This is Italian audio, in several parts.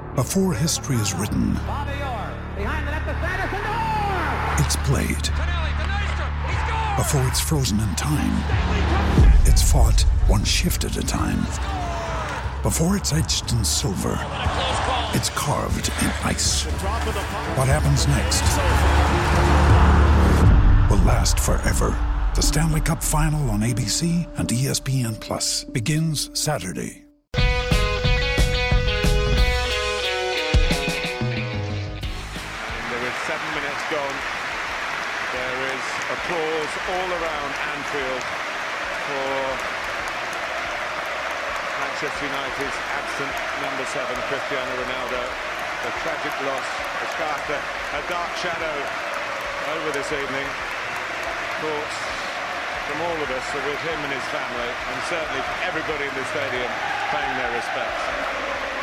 Before history is written, it's played. Before it's frozen in time, it's fought one shift at a time. Before it's etched in silver, it's carved in ice. What happens next will last forever. The Stanley Cup Final on ABC and ESPN Plus begins Saturday. There is 7 minutes gone. There is applause all around Anfield for Manchester United's absent number 7, Cristiano Ronaldo. The tragic loss has cast a dark shadow over this evening. Thoughts from all of us are with him and his family, and certainly everybody in the stadium paying their respects.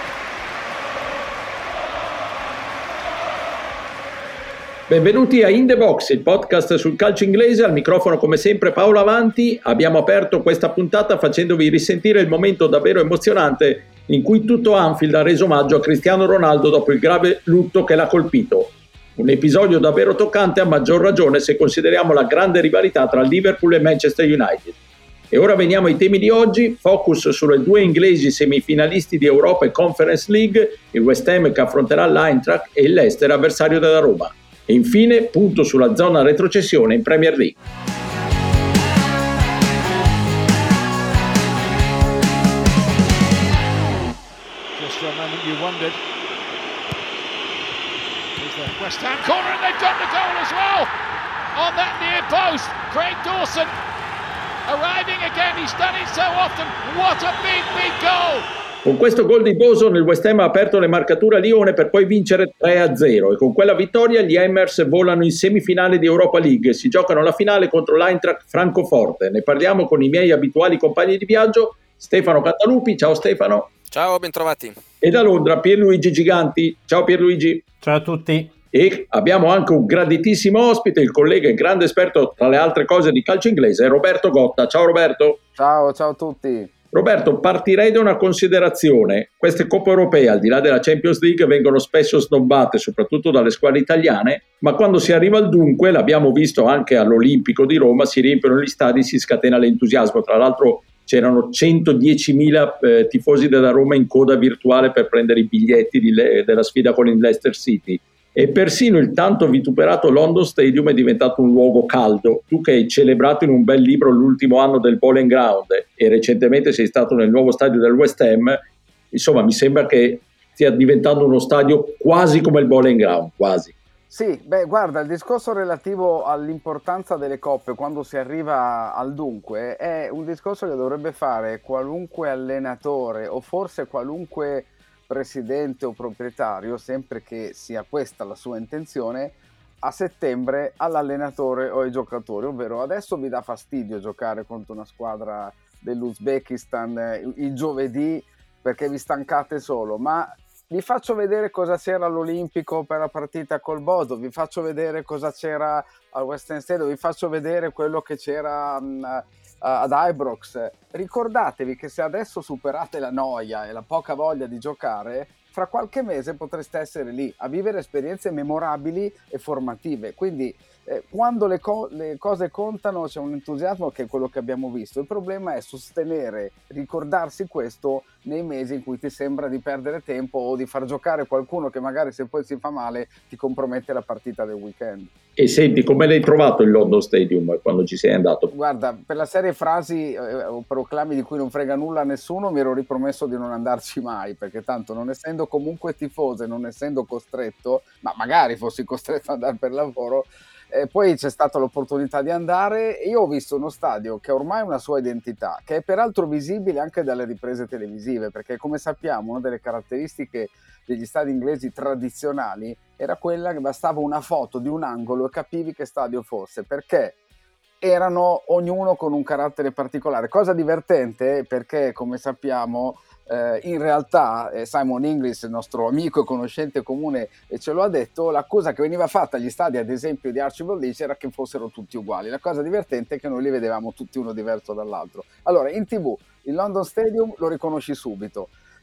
Benvenuti a In The Box, il podcast sul calcio inglese. Al microfono come sempre Paolo Avanti. Abbiamo aperto questa puntata facendovi risentire il momento davvero emozionante in cui tutto Anfield ha reso omaggio a Cristiano Ronaldo dopo il grave lutto che l'ha colpito. Un episodio davvero toccante, a maggior ragione se consideriamo la grande rivalità tra Liverpool e Manchester United. E ora veniamo ai temi di oggi, focus sulle due inglesi semifinalisti di Europa e Conference League, il West Ham che affronterà l'Eintracht e il Leicester avversario della Roma. E infine punto sulla zona retrocessione in Premier League. Just for a moment you wondered. Here's the West Ham corner and they've done the goal as well. On that near post, Craig Dawson arriving again. He's done it so often. What a big goal. Con questo gol di Boson il West Ham ha aperto le marcature a Lione per poi vincere 3-0 e con quella vittoria gli Hammers volano in semifinale di Europa League e si giocano la finale contro l'Eintracht Francoforte. Ne parliamo con i miei abituali compagni di viaggio, Stefano Cantalupi. Ciao Stefano. Ciao, bentrovati. E da Londra Pierluigi Giganti. Ciao Pierluigi. Ciao a tutti. E abbiamo anche un graditissimo ospite, il collega e grande esperto tra le altre cose di calcio inglese, Roberto Gotta. Ciao Roberto. Ciao a tutti. Roberto, partirei da una considerazione. Queste coppe europee, al di là della Champions League, vengono spesso snobbate, soprattutto dalle squadre italiane, ma quando si arriva al dunque, l'abbiamo visto anche all'Olimpico di Roma, si riempiono gli stadi, si scatena l'entusiasmo. Tra l'altro c'erano 110.000 tifosi della Roma in coda virtuale per prendere i biglietti della sfida con il Leicester City. E persino il tanto vituperato London Stadium è diventato un luogo caldo. Tu che hai celebrato in un bel libro l'ultimo anno del Bowling Ground e recentemente sei stato nel nuovo stadio del West Ham, insomma mi sembra che stia diventando uno stadio quasi come il Bowling Ground, quasi. Sì, guarda, il discorso relativo all'importanza delle coppe quando si arriva al dunque è un discorso che dovrebbe fare qualunque allenatore o forse qualunque presidente o proprietario, sempre che sia questa la sua intenzione, a settembre all'allenatore o ai giocatori, ovvero adesso vi dà fastidio giocare contro una squadra dell'Uzbekistan il giovedì perché vi stancate solo, ma vi faccio vedere cosa c'era all'Olimpico per la partita col Bodo, vi faccio vedere cosa c'era al Western Stadium, vi faccio vedere quello che c'era ad Ibrox. Ricordatevi che se adesso superate la noia e la poca voglia di giocare, fra qualche mese potreste essere lì a vivere esperienze memorabili e formative. Quindi quando le cose contano c'è un entusiasmo che è quello che abbiamo visto. Il problema è sostenere, ricordarsi questo nei mesi in cui ti sembra di perdere tempo o di far giocare qualcuno che magari se poi si fa male ti compromette la partita del weekend. E senti, come l'hai trovato il London Stadium quando ci sei andato? Guarda, per la serie frasi o proclami di cui non frega nulla a nessuno mi ero ripromesso di non andarci mai, perché tanto non essendo comunque tifoso e non essendo costretto, ma magari fossi costretto ad andare per lavoro, poi c'è stata l'opportunità di andare e io ho visto uno stadio che ormai ha una sua identità, che è peraltro visibile anche dalle riprese televisive, perché come sappiamo una delle caratteristiche degli stadi inglesi tradizionali era quella che bastava una foto di un angolo e capivi che stadio fosse, perché erano ognuno con un carattere particolare. Cosa divertente perché come sappiamo in realtà Simon Inglis, il nostro amico e conoscente comune, ce lo ha detto, l'accusa che veniva fatta agli stadi ad esempio di Archibald Leach era che fossero tutti uguali. La cosa divertente è che noi li vedevamo tutti uno diverso dall'altro. Allora in TV il London Stadium lo riconosci subito,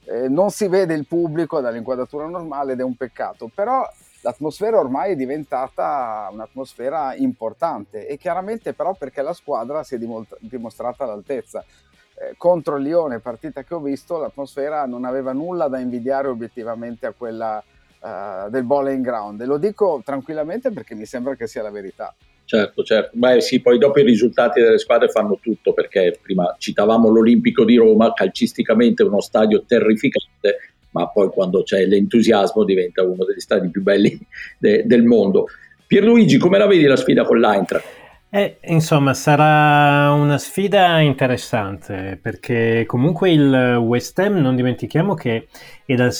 non si vede il pubblico dall'inquadratura normale ed è un peccato, però l'atmosfera ormai è diventata un'atmosfera importante e chiaramente però perché la squadra si è dimostrata all'altezza. Contro il Lione, partita che ho visto, l'atmosfera non aveva nulla da invidiare obiettivamente a quella del Bowling Ground, e lo dico tranquillamente perché mi sembra che sia la verità. Certo. Beh sì, poi dopo i risultati delle squadre fanno tutto, perché prima citavamo l'Olimpico di Roma, calcisticamente uno stadio terrificante, ma poi quando c'è l'entusiasmo diventa uno degli stadi più belli del mondo. Pierluigi, come la vedi la sfida con l'Eintracht? Insomma, sarà una sfida interessante perché comunque il West Ham, non dimentichiamo che è del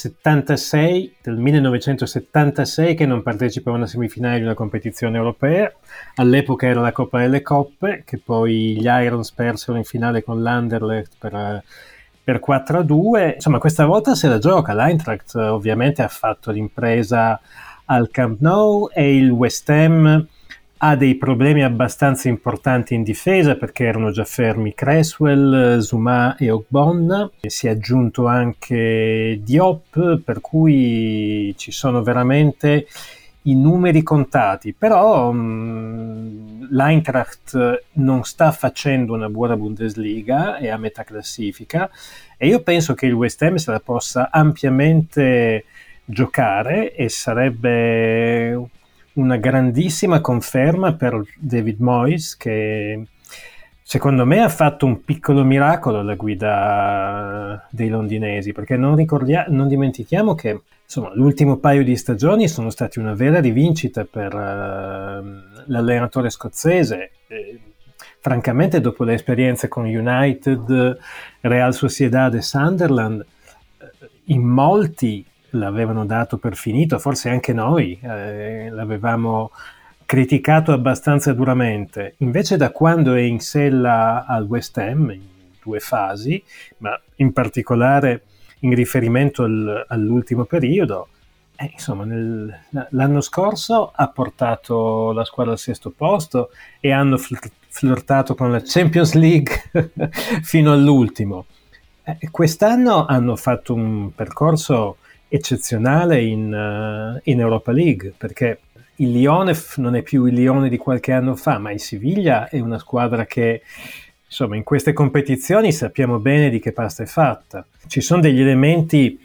1976 che non partecipa a una semifinale di una competizione europea. All'epoca era la Coppa delle Coppe, che poi gli Irons persero in finale con l'Anderlecht per 4-2. Insomma, questa volta se la gioca. L'Eintracht ovviamente ha fatto l'impresa al Camp Nou e il West Ham ha dei problemi abbastanza importanti in difesa perché erano già fermi Cresswell, Zouma e Ogbonna, e si è aggiunto anche Diop, per cui ci sono veramente i numeri contati, però l'Eintracht non sta facendo una buona Bundesliga, è a metà classifica e io penso che il West Ham se la possa ampiamente giocare e sarebbe una grandissima conferma per David Moyes, che secondo me ha fatto un piccolo miracolo alla guida dei londinesi, perché non dimentichiamo che insomma, l'ultimo paio di stagioni sono stati una vera rivincita per l'allenatore scozzese. Francamente, dopo le esperienze con United, Real Sociedad e Sunderland, in molti l'avevano dato per finito, forse anche noi l'avevamo criticato abbastanza duramente. Invece da quando è in sella al West Ham, in 2 fasi, ma in particolare in riferimento all'ultimo periodo, insomma l'anno scorso ha portato la squadra al 6° posto e hanno flirtato con la Champions League fino all'ultimo. Quest'anno hanno fatto un percorso eccezionale in Europa League, perché il Lione non è più il Lione di qualche anno fa, ma il Siviglia è una squadra che insomma in queste competizioni sappiamo bene di che pasta è fatta. Ci sono degli elementi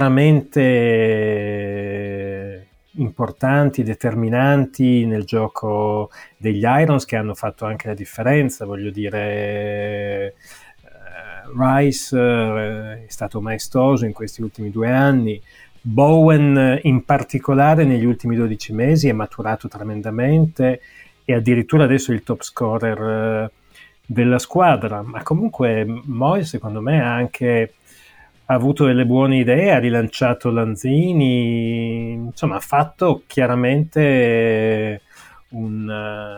chiaramente importanti, determinanti nel gioco degli Irons che hanno fatto anche la differenza, voglio dire Rice è stato maestoso in questi ultimi 2 anni, Bowen in particolare negli ultimi 12 mesi è maturato tremendamente e addirittura adesso è il top scorer della squadra, ma comunque Moyes secondo me ha avuto delle buone idee, ha rilanciato Lanzini, insomma ha fatto chiaramente un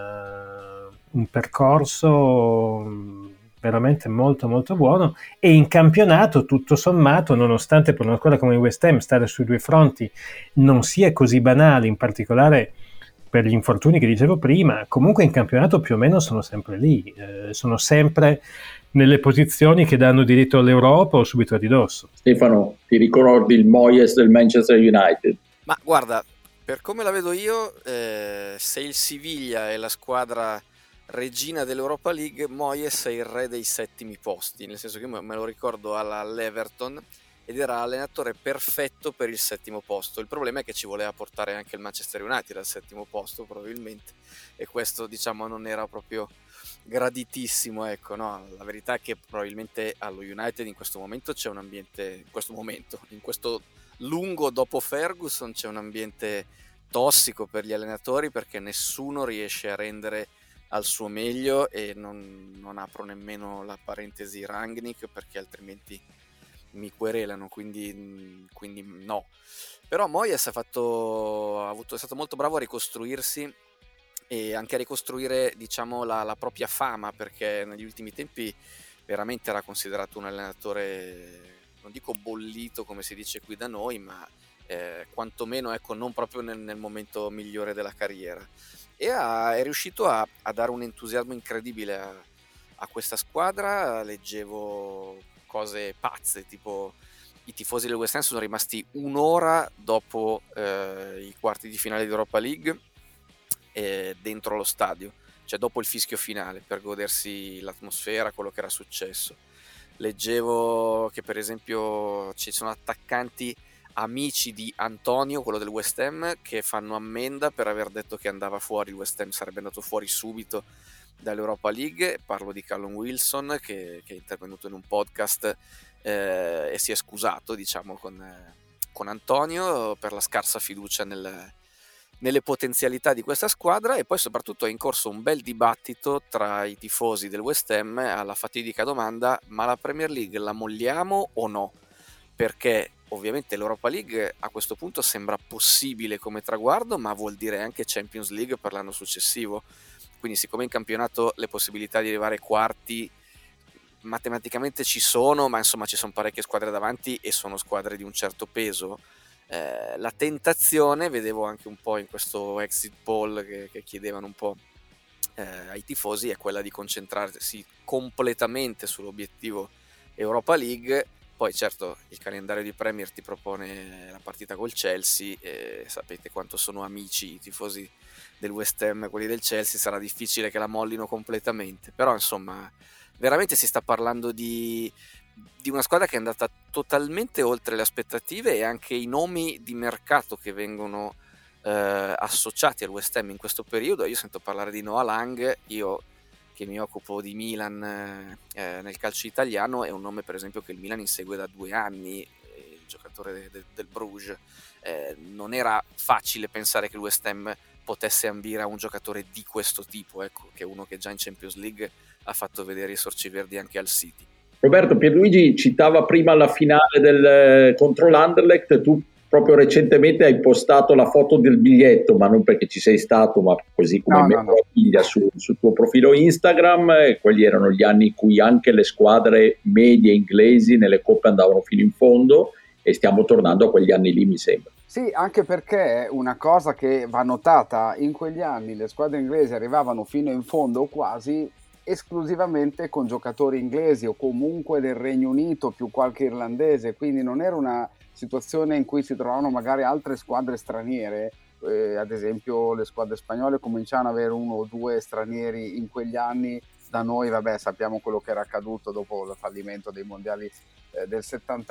percorso veramente molto molto buono, e in campionato tutto sommato, nonostante per una squadra come il West Ham stare sui 2 fronti non sia così banale, in particolare per gli infortuni che dicevo prima, comunque in campionato più o meno sono sempre lì, sono sempre nelle posizioni che danno diritto all'Europa o subito a ridosso. Stefano, ti ricordi il Moyes del Manchester United? Ma guarda, per come la vedo io, se il Siviglia è la squadra regina dell'Europa League, Moyes è il re dei 7imi posti, nel senso che io me lo ricordo all'Everton ed era allenatore perfetto per il 7º posto. Il problema è che ci voleva portare anche il Manchester United al 7º posto probabilmente, e questo diciamo non era proprio graditissimo, ecco, no? La verità è che probabilmente allo United in questo momento c'è un ambiente, in questo lungo dopo Ferguson c'è un ambiente tossico per gli allenatori, perché nessuno riesce a rendere al suo meglio, e non apro nemmeno la parentesi Rangnick perché altrimenti mi querelano, quindi no. Però Moyes è stato molto bravo a ricostruirsi e anche a ricostruire diciamo la propria fama, perché negli ultimi tempi veramente era considerato un allenatore, non dico bollito come si dice qui da noi, ma quantomeno ecco non proprio nel momento migliore della carriera, e è riuscito a dare un entusiasmo incredibile a questa squadra. Leggevo cose pazze, tipo i tifosi del West Ham sono rimasti un'ora dopo i quarti di finale di Europa League dentro lo stadio, cioè dopo il fischio finale, per godersi l'atmosfera, quello che era successo. Leggevo che per esempio ci sono attaccanti amici di Antonio, quello del West Ham, che fanno ammenda per aver detto che andava fuori, il West Ham sarebbe andato fuori subito dall'Europa League. Parlo di Callum Wilson che è intervenuto in un podcast e si è scusato, diciamo, con Antonio per la scarsa fiducia nelle potenzialità di questa squadra. E poi soprattutto è in corso un bel dibattito tra i tifosi del West Ham alla fatidica domanda: ma la Premier League la molliamo o no? Perché ovviamente l'Europa League a questo punto sembra possibile come traguardo, ma vuol dire anche Champions League per l'anno successivo. Quindi siccome in campionato le possibilità di arrivare ai quarti matematicamente ci sono, ma insomma ci sono parecchie squadre davanti e sono squadre di un certo peso, la tentazione, vedevo anche un po' in questo exit poll che chiedevano un po' ai tifosi, è quella di concentrarsi completamente sull'obiettivo Europa League. Poi certo il calendario di Premier ti propone la partita col Chelsea e sapete quanto sono amici i tifosi del West Ham quelli del Chelsea, sarà difficile che la mollino completamente, però insomma veramente si sta parlando di una squadra che è andata totalmente oltre le aspettative, e anche i nomi di mercato che vengono associati al West Ham in questo periodo. Io sento parlare di Noah Lang, io che mi occupo di Milan nel calcio italiano, è un nome per esempio che il Milan insegue da 2 anni, il giocatore del Bruges. Non era facile pensare che il West Ham potesse ambire a un giocatore di questo tipo, ecco, che è uno che già in Champions League ha fatto vedere i sorci verdi anche al City. Roberto, Pierluigi citava prima la finale contro l'Anderlecht. Tu proprio recentemente hai postato la foto del biglietto, ma non perché ci sei stato, ma così come tua figlia sul tuo profilo Instagram. E quelli erano gli anni in cui anche le squadre medie inglesi nelle coppe andavano fino in fondo, e stiamo tornando a quegli anni lì, mi sembra. Sì, anche perché una cosa che va notata: in quegli anni le squadre inglesi arrivavano fino in fondo quasi esclusivamente con giocatori inglesi o comunque del Regno Unito più qualche irlandese, quindi non era una situazione in cui si trovavano magari altre squadre straniere. Ad esempio le squadre spagnole cominciavano ad avere 1 o 2 stranieri in quegli anni. Da noi vabbè, sappiamo quello che era accaduto dopo il fallimento dei mondiali del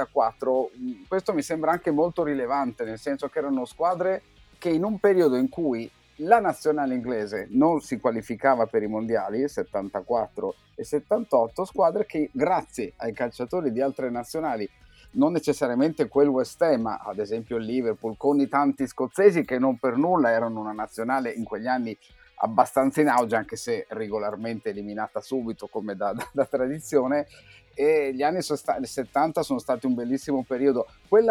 74. Questo mi sembra anche molto rilevante, nel senso che erano squadre che in un periodo in cui la nazionale inglese non si qualificava per i mondiali 74 e 78, squadre che grazie ai calciatori di altre nazionali, non necessariamente quel West Ham, ma ad esempio il Liverpool, con i tanti scozzesi che non per nulla erano una nazionale in quegli anni abbastanza in auge, anche se regolarmente eliminata subito come da tradizione. E gli anni 70 sono stati un bellissimo periodo. Quella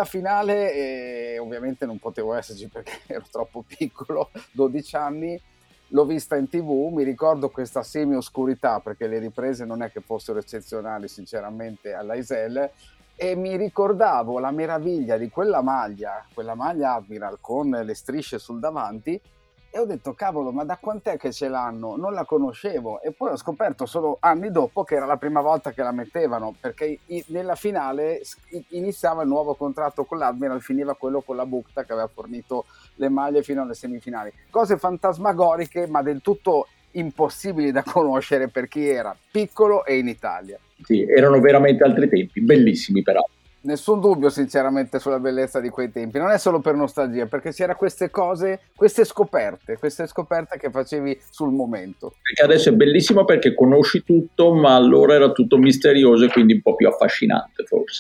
finale ovviamente non potevo esserci perché ero troppo piccolo, 12 anni, l'ho vista in TV, mi ricordo questa semi-oscurità perché le riprese non è che fossero eccezionali sinceramente all'Aisel, e mi ricordavo la meraviglia di quella maglia Admiral con le strisce sul davanti, e ho detto cavolo, ma da quant'è che ce l'hanno? Non la conoscevo, e poi ho scoperto solo anni dopo che era la prima volta che la mettevano, perché nella finale iniziava il nuovo contratto con l'Admiral, finiva quello con la Bukta che aveva fornito le maglie fino alle semifinali. Cose fantasmagoriche ma del tutto impossibili da conoscere per chi era piccolo e in Italia. Sì, erano veramente altri tempi, bellissimi peraltro. Nessun dubbio sinceramente sulla bellezza di quei tempi, non è solo per nostalgia, perché c'era queste cose, queste scoperte che facevi sul momento. Perché adesso è bellissimo perché conosci tutto, ma allora era tutto misterioso e quindi un po' più affascinante forse.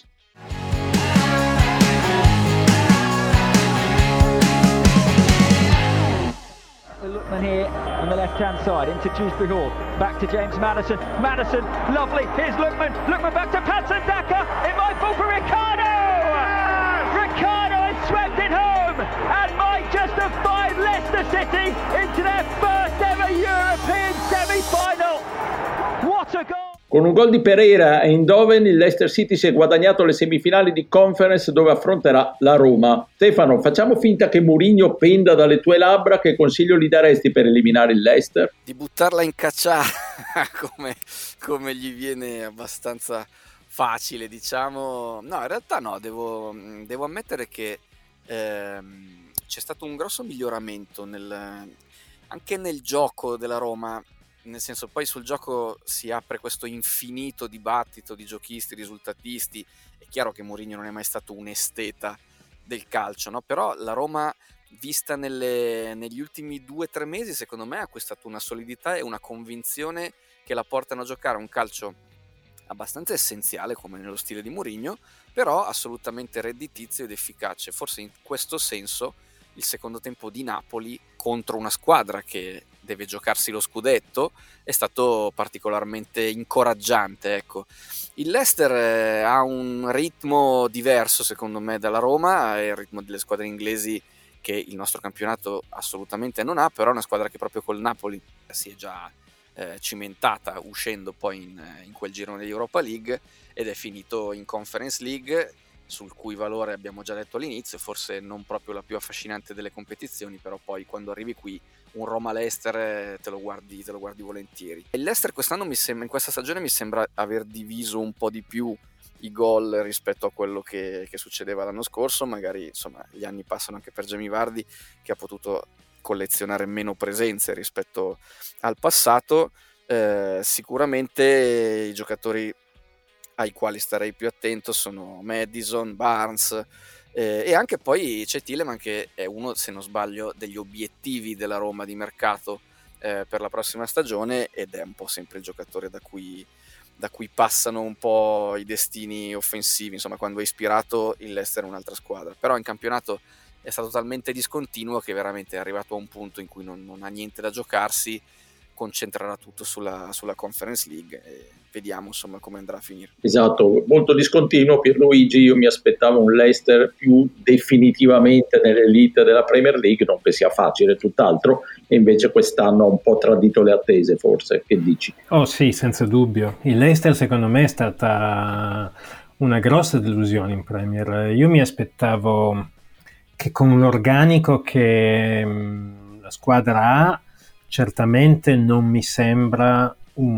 Lookman here on the left-hand side into Dewsbury Hall, back to James Maddison, lovely, here's Lookman back to Patson Daka, it might fall for Ricardo! Ricardo has swept it home and might just have fired Leicester City into their first ever European semi-final. What a goal! Con un gol di Pereira e Eindhoven, il Leicester City si è guadagnato le semifinali di Conference dove affronterà la Roma. Stefano, facciamo finta che Mourinho penda dalle tue labbra. Che consiglio gli daresti per eliminare il Leicester? Di buttarla in cacciara, come gli viene abbastanza facile, diciamo. No, in realtà no, devo ammettere che c'è stato un grosso miglioramento anche nel gioco della Roma, nel senso, poi sul gioco si apre questo infinito dibattito di giochisti, risultatisti. È chiaro che Mourinho non è mai stato un esteta del calcio, no? Però la Roma, vista negli ultimi 2-3 mesi, secondo me ha acquistato una solidità e una convinzione che la portano a giocare un calcio abbastanza essenziale, come nello stile di Mourinho, però assolutamente redditizio ed efficace. Forse in questo senso il secondo tempo di Napoli contro una squadra che deve giocarsi lo scudetto è stato particolarmente incoraggiante, ecco. Il Leicester ha un ritmo diverso secondo me dalla Roma, è il ritmo delle squadre inglesi che il nostro campionato assolutamente non ha, però è una squadra che proprio col Napoli si è già cimentata, uscendo poi in quel girone di Europa League, ed è finito in Conference League, sul cui valore abbiamo già detto all'inizio, forse non proprio la più affascinante delle competizioni, però poi quando arrivi qui un Roma-Leicester te lo guardi volentieri. Il Leicester quest'anno in questa stagione mi sembra aver diviso un po' di più i gol rispetto a quello che succedeva l'anno scorso. Magari insomma gli anni passano anche per Jamie Vardy, che ha potuto collezionare meno presenze rispetto al passato. Sicuramente i giocatori ai quali starei più attento sono Maddison, Barnes, e anche poi c'è Tielemans, che è uno, se non sbaglio, degli obiettivi della Roma di mercato per la prossima stagione, ed è un po' sempre il giocatore da cui passano un po' i destini offensivi. Insomma, quando è ispirato il Leicester è un'altra squadra, però in campionato è stato talmente discontinuo che veramente è arrivato a un punto in cui non ha niente da giocarsi, concentrerà tutto sulla Conference League e vediamo insomma come andrà a finire. Esatto, molto discontinuo Pierluigi. Io mi aspettavo un Leicester più definitivamente nell'elite della Premier League, non che sia facile, tutt'altro, e invece quest'anno ha un po' tradito le attese, forse. Che dici? Oh sì, senza dubbio. Il Leicester secondo me è stata una grossa delusione in Premier. Io mi aspettavo che con l'organico che la squadra ha, certamente non mi sembra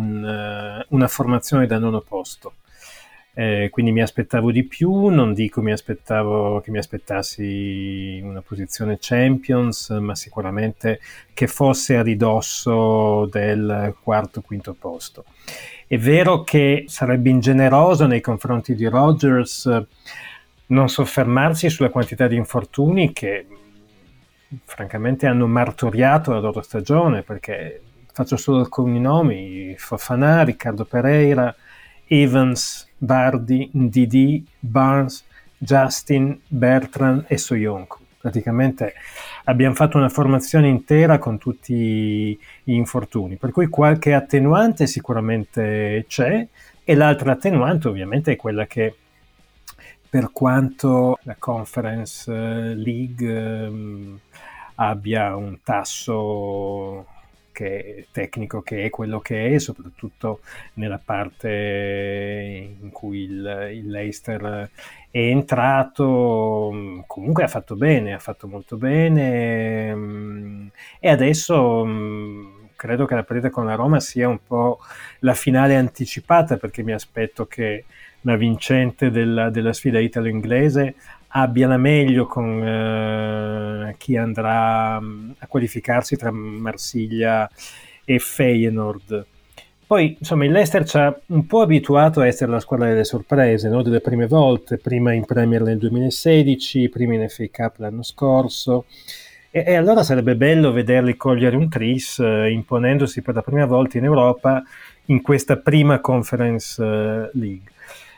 una formazione da nono posto. Quindi mi aspettavo di più, non dico mi aspettavo che mi aspettassi una posizione Champions, ma sicuramente che fosse a ridosso del quarto, quinto posto. È vero che sarebbe ingeneroso nei confronti di Rodgers non soffermarsi sulla quantità di infortuni che francamente hanno martoriato la loro stagione, perché faccio solo alcuni nomi: Fofana, Riccardo Pereira, Evans, Vardy, Ndidi, Barnes, Justin, Bertrand e Soyuncu. Praticamente abbiamo fatto una formazione intera con tutti gli infortuni, per cui qualche attenuante sicuramente c'è, e l'altra attenuante ovviamente è quella che, per quanto la Conference League abbia un tasso tecnico che è quello che è, soprattutto nella parte in cui il Leicester è entrato, comunque ha fatto bene, ha fatto molto bene, e adesso credo che la partita con la Roma sia un po' la finale anticipata, perché mi aspetto che la vincente della sfida italo-inglese abbia la meglio con chi andrà a qualificarsi tra Marsiglia e Feyenoord. Poi insomma il Leicester ci ha un po' abituato a essere la squadra delle sorprese, no? Delle prime volte, prima in Premier nel 2016, prima in FA Cup l'anno scorso, e allora sarebbe bello vederli cogliere un tris imponendosi per la prima volta in Europa in questa prima Conference League.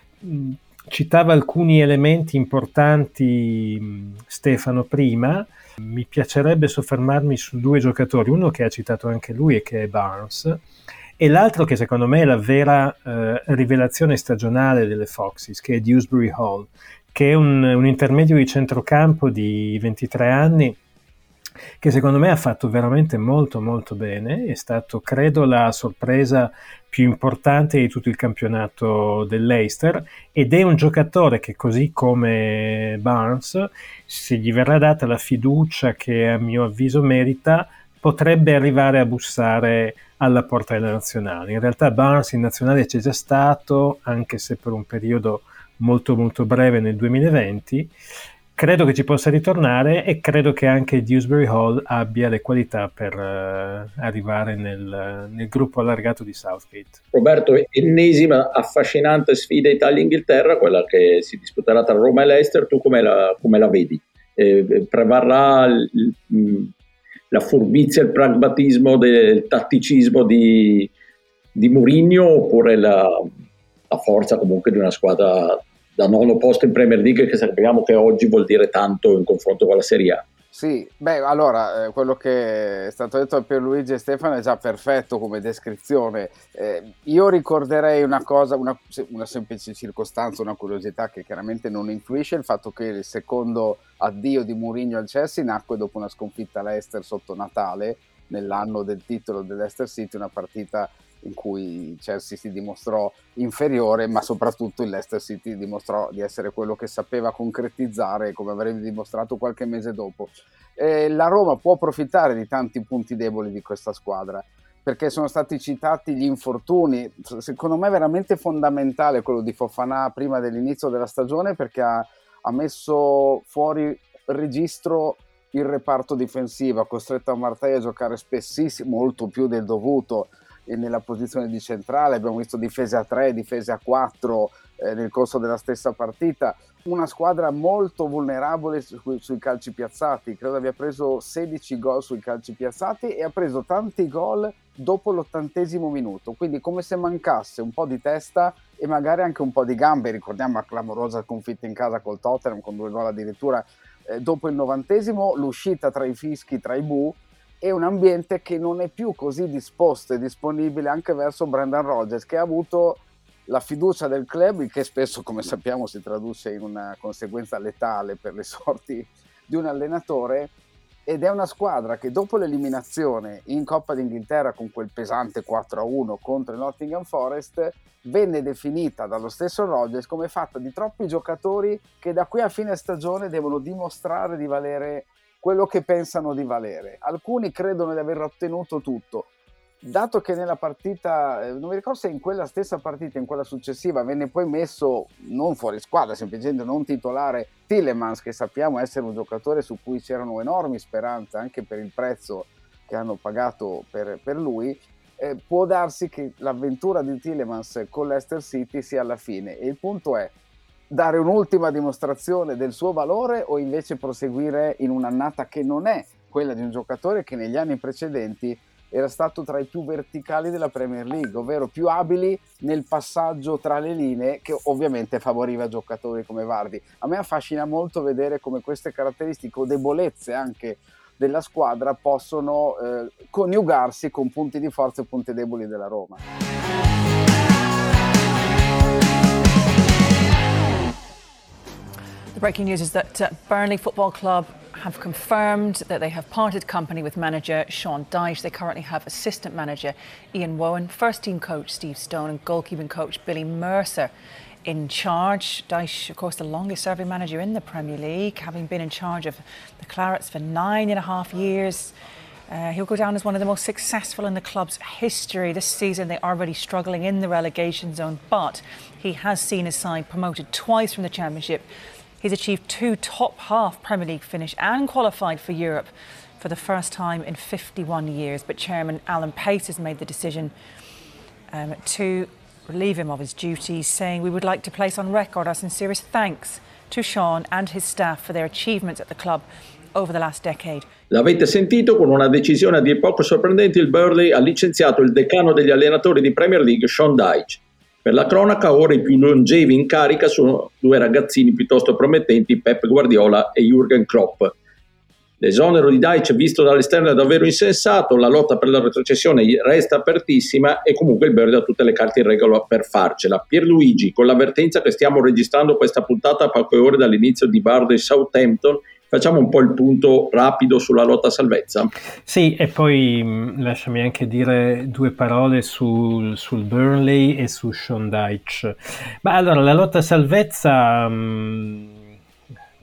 Citava alcuni elementi importanti Stefano prima. Mi piacerebbe soffermarmi su due giocatori, uno che ha citato anche lui e che è Barnes, e l'altro che secondo me è la vera rivelazione stagionale delle Foxes, che è Dewsbury Hall, che è un intermedio di centrocampo di 23 anni che secondo me ha fatto veramente molto molto bene. È stato, credo, la sorpresa più importante di tutto il campionato del Leicester, ed è un giocatore che, così come Barnes, se gli verrà data la fiducia che a mio avviso merita, potrebbe arrivare a bussare alla porta della nazionale. In realtà Barnes in nazionale c'è già stato, anche se per un periodo molto molto breve nel 2020. Credo che ci possa ritornare e credo che anche Dewsbury Hall abbia le qualità per arrivare nel gruppo allargato di Southgate. Roberto, ennesima affascinante sfida Italia-Inghilterra, quella che si disputerà tra Roma e Leicester. Tu come la vedi? Prevarrà la furbizia, il pragmatismo, il tatticismo di Mourinho, oppure la forza comunque di una squadra da nono posto in Premier League, che sappiamo che oggi vuol dire tanto in confronto con la Serie A? Sì, allora, quello che è stato detto da Pierluigi e Stefano è già perfetto come descrizione. Io ricorderei una cosa, una semplice circostanza, una curiosità che chiaramente non influisce, il fatto che il secondo addio di Mourinho al Chelsea nacque dopo una sconfitta all'Leicester sotto Natale, nell'anno del titolo dell'Leicester City, una partita in cui Chelsea si dimostrò inferiore, ma soprattutto il Leicester City dimostrò di essere quello che sapeva concretizzare, come avrebbe dimostrato qualche mese dopo. La Roma può approfittare di tanti punti deboli di questa squadra, perché sono stati citati gli infortuni. Secondo me è veramente fondamentale quello di Fofana prima dell'inizio della stagione, perché ha messo fuori registro il reparto difensivo, ha costretto a Martei a giocare spessissimo, molto più del dovuto, nella posizione di centrale. Abbiamo visto difese a 3, difese a 4 nel corso della stessa partita. Una squadra molto vulnerabile sui calci piazzati, credo abbia preso 16 gol sui calci piazzati e ha preso tanti gol dopo l'80° minuto, quindi come se mancasse un po' di testa e magari anche un po' di gambe. Ricordiamo la clamorosa sconfitta in casa col Tottenham con 2 gol addirittura dopo il 90°, l'uscita tra i fischi, tra i bu, è un ambiente che non è più così disposto e disponibile anche verso Brendan Rodgers, che ha avuto la fiducia del club, che spesso, come sappiamo, si traduce in una conseguenza letale per le sorti di un allenatore, ed è una squadra che dopo l'eliminazione in Coppa d'Inghilterra con quel pesante 4-1 contro il Nottingham Forest venne definita dallo stesso Rodgers come fatta di troppi giocatori che da qui a fine stagione devono dimostrare di valere quello che pensano di valere. Alcuni credono di aver ottenuto tutto. Dato che nella partita, non mi ricordo se in quella stessa partita, in quella successiva, venne poi messo non fuori squadra, semplicemente non titolare, Tielemans, che sappiamo essere un giocatore su cui c'erano enormi speranze anche per il prezzo che hanno pagato per lui, può darsi che l'avventura di Tielemans con Leicester City sia alla fine. E il punto è dare un'ultima dimostrazione del suo valore o invece proseguire in un'annata che non è quella di un giocatore che negli anni precedenti era stato tra i più verticali della Premier League, ovvero più abili nel passaggio tra le linee, che ovviamente favoriva giocatori come Vardy. A me affascina molto vedere come queste caratteristiche o debolezze anche della squadra possono coniugarsi con punti di forza e punti deboli della Roma. The breaking news is that Burnley Football Club have confirmed that they have parted company with manager Sean Dyche. They currently have assistant manager Ian Woan, first team coach Steve Stone and goalkeeping coach Billy Mercer in charge. Dyche, of course, the longest serving manager in the Premier League, having been in charge of the Clarets for 9.5 years. He'll go down as one of the most successful in the club's history. This season they are already struggling in the relegation zone, but he has seen his side promoted twice from the Championship. He's achieved 2 top-half Premier League finish and qualified for Europe for the first time in 51 years. But Chairman Alan Pace has made the decision to relieve him of his duties, saying, "We would like to place on record our sincerest thanks to Sean and his staff for their achievements at the club over the last decade." L'avete sentito, con una decisione a dir poco sorprendente il Burnley ha licenziato il decano degli allenatori di Premier League, Sean Dyche. Per la cronaca, ora i più longevi in carica sono 2 ragazzini piuttosto promettenti, Pep Guardiola e Jürgen Klopp. L'esonero di Dyche, visto dall'esterno, è davvero insensato, la lotta per la retrocessione resta apertissima e comunque il Burnley ha tutte le carte in regola per farcela. Pierluigi, con l'avvertenza che stiamo registrando questa puntata a poche ore dall'inizio di Burnley Southampton, facciamo un po' il punto rapido sulla lotta a salvezza. Sì, e poi lasciami anche dire 2 parole sul Burnley e su Sean Dyche. Ma allora, la lotta a salvezza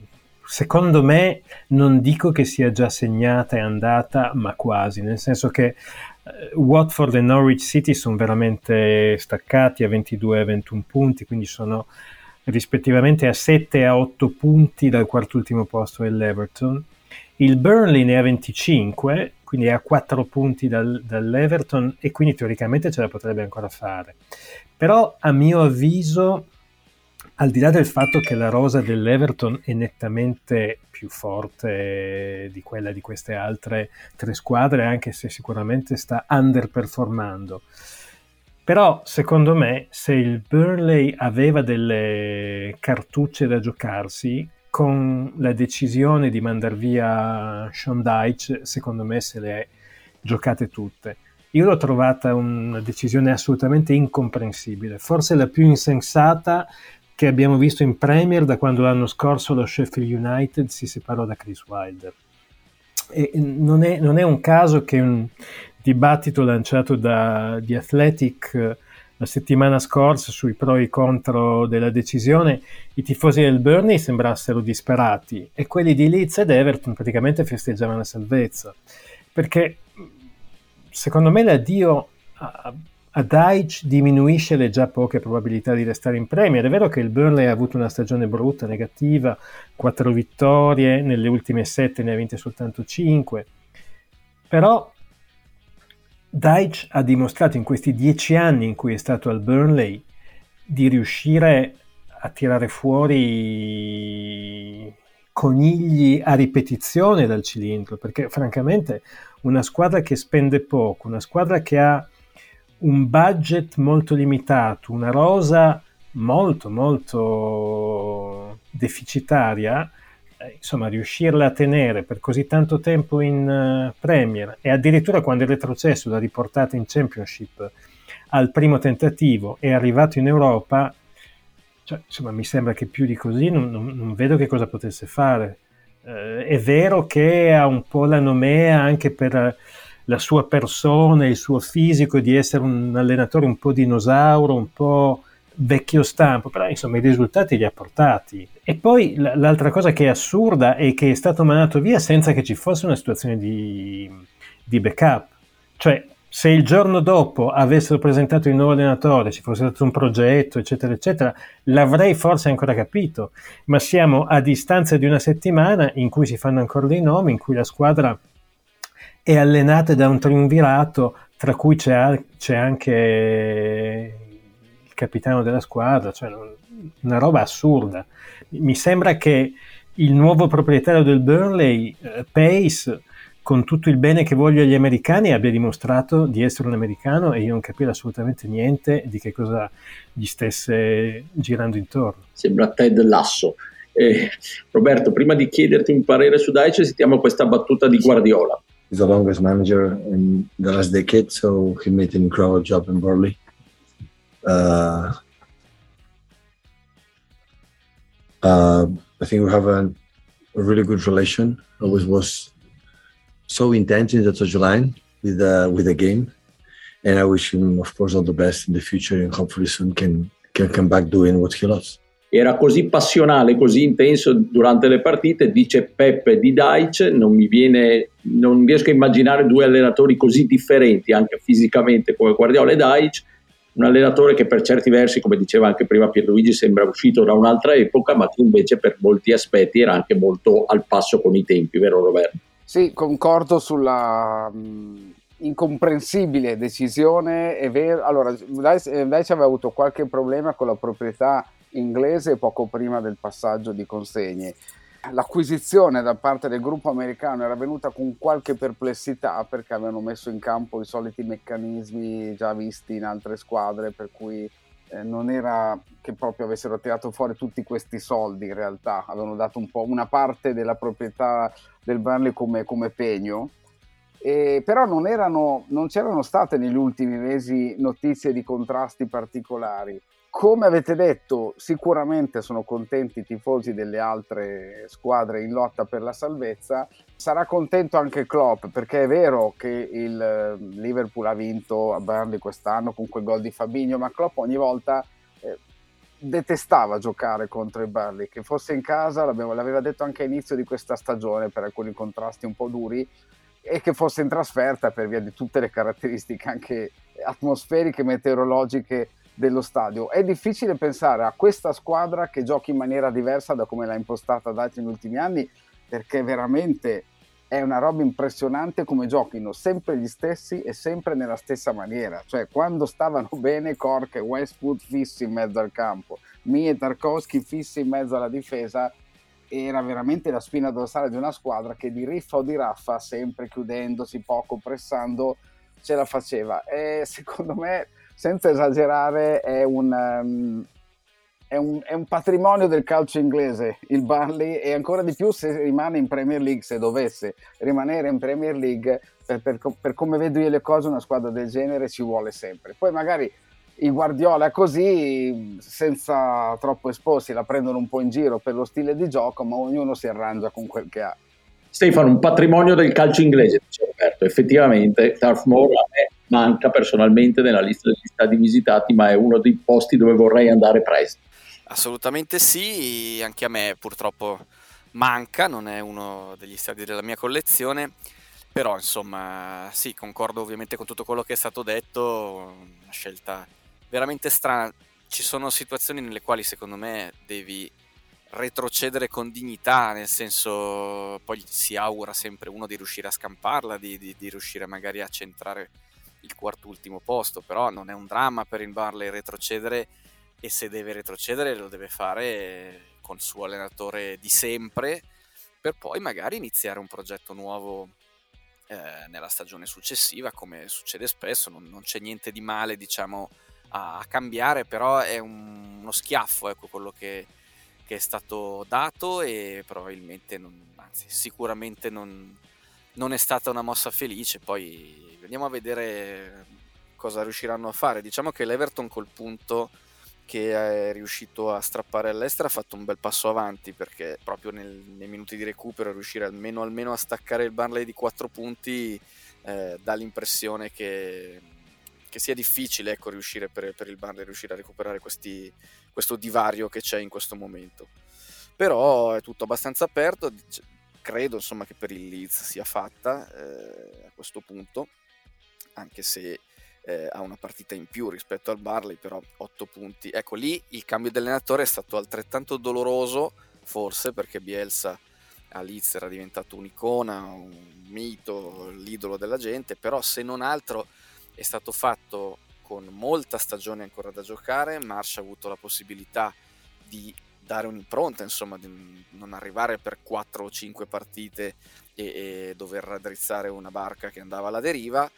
secondo me, non dico che sia già segnata e andata, ma quasi, nel senso che Watford e Norwich City sono veramente staccati a 22 e 21 punti, quindi sono rispettivamente a 7 e a 8 punti dal quart'ultimo posto dell'Everton. Il Burnley ne ha 25, quindi è a 4 punti dall'Everton, e quindi teoricamente ce la potrebbe ancora fare. Però a mio avviso, al di là del fatto che la rosa dell'Everton è nettamente più forte di quella di queste altre 3 squadre, anche se sicuramente sta underperformando, però secondo me se il Burnley aveva delle cartucce da giocarsi, con la decisione di mandar via Sean Dyche, secondo me se le è giocate tutte. Io l'ho trovata una decisione assolutamente incomprensibile, forse la più insensata che abbiamo visto in Premier da quando l'anno scorso lo Sheffield United si separò da Chris Wilder. E non è un caso che un dibattito lanciato da The Athletic la settimana scorsa sui pro e contro della decisione, i tifosi del Burnley sembrassero disperati e quelli di Leeds ed Everton praticamente festeggiavano la salvezza, perché secondo me l'addio a Dyche diminuisce le già poche probabilità di restare in Premier. È vero che il Burnley ha avuto una stagione brutta, negativa, 4 vittorie, nelle ultime 7 ne ha vinte soltanto 5, però Dyche ha dimostrato in questi 10 anni in cui è stato al Burnley di riuscire a tirare fuori conigli a ripetizione dal cilindro, perché francamente una squadra che spende poco, una squadra che ha un budget molto limitato, una rosa molto molto deficitaria, insomma riuscirla a tenere per così tanto tempo in Premier, e addirittura quando è retrocesso l'ha riportata in Championship al primo tentativo e è arrivato in Europa, cioè, insomma mi sembra che più di così non vedo che cosa potesse fare. È vero che ha un po' la nomea anche per la sua persona, il suo fisico, di essere un allenatore un po' dinosauro, un po' vecchio stampo, però insomma i risultati li ha portati. E poi l'altra cosa che è assurda è che è stato mandato via senza che ci fosse una situazione di backup, cioè se il giorno dopo avessero presentato il nuovo allenatore, ci fosse stato un progetto eccetera eccetera, l'avrei forse ancora capito, ma siamo a distanza di una settimana in cui si fanno ancora dei nomi, in cui la squadra è allenata da un triumvirato, tra cui c'è anche il capitano della squadra, cioè una roba assurda. Mi sembra che il nuovo proprietario del Burnley, Pace, con tutto il bene che voglio agli americani, abbia dimostrato di essere un americano e io non capivo assolutamente niente di che cosa gli stesse girando intorno. Sembra Ted Lasso. Roberto, prima di chiederti un parere su Dyche, sentiamo questa battuta di Guardiola. He's the longest manager in the last decade, so he made an incredible job in Burnley. I think we have a really good relation. Always was so intense in the touchline with the game, and I wish him, of course, all the best in the future, and hopefully soon can come back doing what he loves. Era così passionale, così intenso durante le partite, dice Peppe di Dyche, non riesco a immaginare due allenatori così differenti anche fisicamente come Guardiola e Dyche, un allenatore che per certi versi, come diceva anche prima Pierluigi, sembra uscito da un'altra epoca, ma che invece per molti aspetti era anche molto al passo con i tempi, vero Roberto? Sì, concordo sulla incomprensibile decisione. È vero. Allora, Dyche aveva avuto qualche problema con la proprietà inglese poco prima del passaggio di consegne. L'acquisizione da parte del gruppo americano era venuta con qualche perplessità, perché avevano messo in campo i soliti meccanismi già visti in altre squadre, per cui non era che proprio avessero tirato fuori tutti questi soldi. In realtà avevano dato un po' una parte della proprietà del Burnley come pegno, però non c'erano state negli ultimi mesi notizie di contrasti particolari. Come avete detto, sicuramente sono contenti i tifosi delle altre squadre in lotta per la salvezza. Sarà contento anche Klopp, perché è vero che il Liverpool ha vinto a Burnley quest'anno con quel gol di Fabinho, ma Klopp ogni volta detestava giocare contro i Burnley, che fosse in casa, l'aveva detto anche a inizio di questa stagione per alcuni contrasti un po' duri, e che fosse in trasferta per via di tutte le caratteristiche anche atmosferiche, meteorologiche dello stadio. È difficile pensare a questa squadra che giochi in maniera diversa da come l'ha impostata Dyche negli ultimi anni, perché veramente è una roba impressionante come giochino sempre gli stessi e sempre nella stessa maniera. Cioè, quando stavano bene Cork e Westwood fissi in mezzo al campo, Mee e Tarkowski fissi in mezzo alla difesa, era veramente la spina dorsale di una squadra che di riffa o di raffa, sempre chiudendosi poco, pressando, ce la faceva. E secondo me, senza esagerare, è un patrimonio del calcio inglese il Burnley, e ancora di più se rimane in Premier League, se dovesse rimanere in Premier League, per come vedo io le cose, una squadra del genere ci vuole sempre. Poi magari i Guardiola così, senza troppo esporsi, la prendono un po' in giro per lo stile di gioco, ma ognuno si arrangia con quel che ha. Stefano, un patrimonio del calcio inglese, dice Roberto. Effettivamente Turf Moor a me manca personalmente nella lista degli stadi visitati, ma è uno dei posti dove vorrei andare presto. Assolutamente sì, anche a me purtroppo manca, non è uno degli stadi della mia collezione, però insomma sì, concordo ovviamente con tutto quello che è stato detto, una scelta veramente strana. Ci sono situazioni nelle quali secondo me devi retrocedere con dignità, nel senso, poi si augura sempre uno di riuscire a scamparla, di riuscire magari a centrare il quart'ultimo posto, però non è un dramma per il Burnley retrocedere, e se deve retrocedere lo deve fare con il suo allenatore di sempre, per poi magari iniziare un progetto nuovo nella stagione successiva, come succede spesso. Non c'è niente di male, diciamo, a cambiare, però è uno schiaffo, ecco, quello che è stato dato, e probabilmente sicuramente non è stata una mossa felice. Poi vediamo a vedere cosa riusciranno a fare. Diciamo che l'Everton col punto che è riuscito a strappare all'Leicester ha fatto un bel passo avanti, perché proprio nei minuti di recupero riuscire almeno a staccare il Burnley di 4 punti dà l'impressione che sia difficile, ecco, riuscire per il Burnley riuscire a recuperare questo divario che c'è in questo momento. Però è tutto abbastanza aperto, credo insomma che per il Leeds sia fatta a questo punto, anche se ha una partita in più rispetto al Burnley, però 8 punti. Ecco, lì il cambio di allenatore è stato altrettanto doloroso, forse, perché Bielsa a Leeds era diventato un'icona, un mito, l'idolo della gente, però se non altro è stato fatto con molta stagione ancora da giocare. Marsh ha avuto la possibilità di dare un'impronta, insomma, di non arrivare per 4 o 5 partite e dover raddrizzare una barca che andava alla deriva,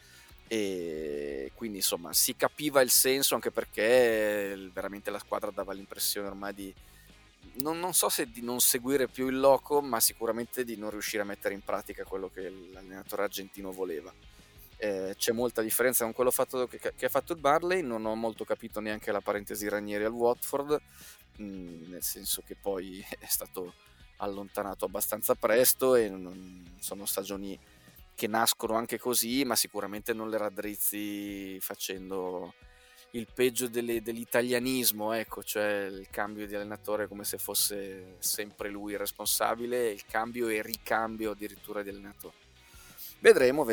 e quindi insomma si capiva il senso, anche perché veramente la squadra dava l'impressione ormai di non so se di non seguire più il loco, ma sicuramente di non riuscire a mettere in pratica quello che l'allenatore argentino voleva. C'è molta differenza con quello che ha fatto il Burnley. Non ho molto capito neanche la parentesi Ranieri al Watford, nel senso che poi è stato allontanato abbastanza presto, e sono stagioni che nascono anche così, ma sicuramente non le raddrizzi facendo il peggio dell'italianismo, ecco, cioè il cambio di allenatore come se fosse sempre lui il responsabile, il cambio e ricambio addirittura di allenatore. Vedremo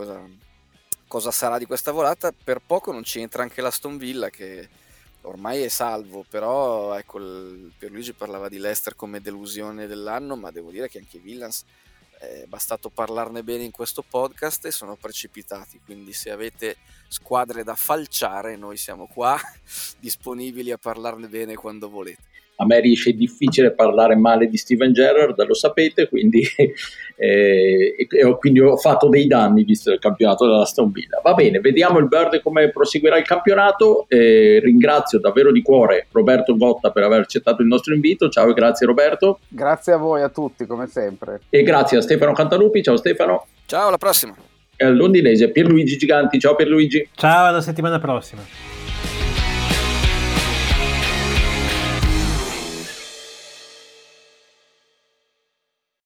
cosa sarà di questa volata. Per poco non ci entra anche l'Aston Villa, che ormai è salvo, però ecco, Pierluigi parlava di Leicester come delusione dell'anno, ma devo dire che anche i Villans è bastato parlarne bene in questo podcast e sono precipitati, quindi se avete squadre da falciare noi siamo qua disponibili a parlarne bene quando volete. A me riesce difficile parlare male di Steven Gerrard, lo sapete, quindi ho fatto dei danni visto il campionato dell'Aston Villa. Va bene, vediamo il Verde come proseguirà il campionato. Ringrazio davvero di cuore Roberto Gotta per aver accettato il nostro invito. Ciao e grazie Roberto. Grazie a voi, a tutti, come sempre. E grazie a Stefano Cantalupi. Ciao Stefano. Ciao, alla prossima. E al londinese Pierluigi Giganti. Ciao Pierluigi. Ciao, alla settimana prossima.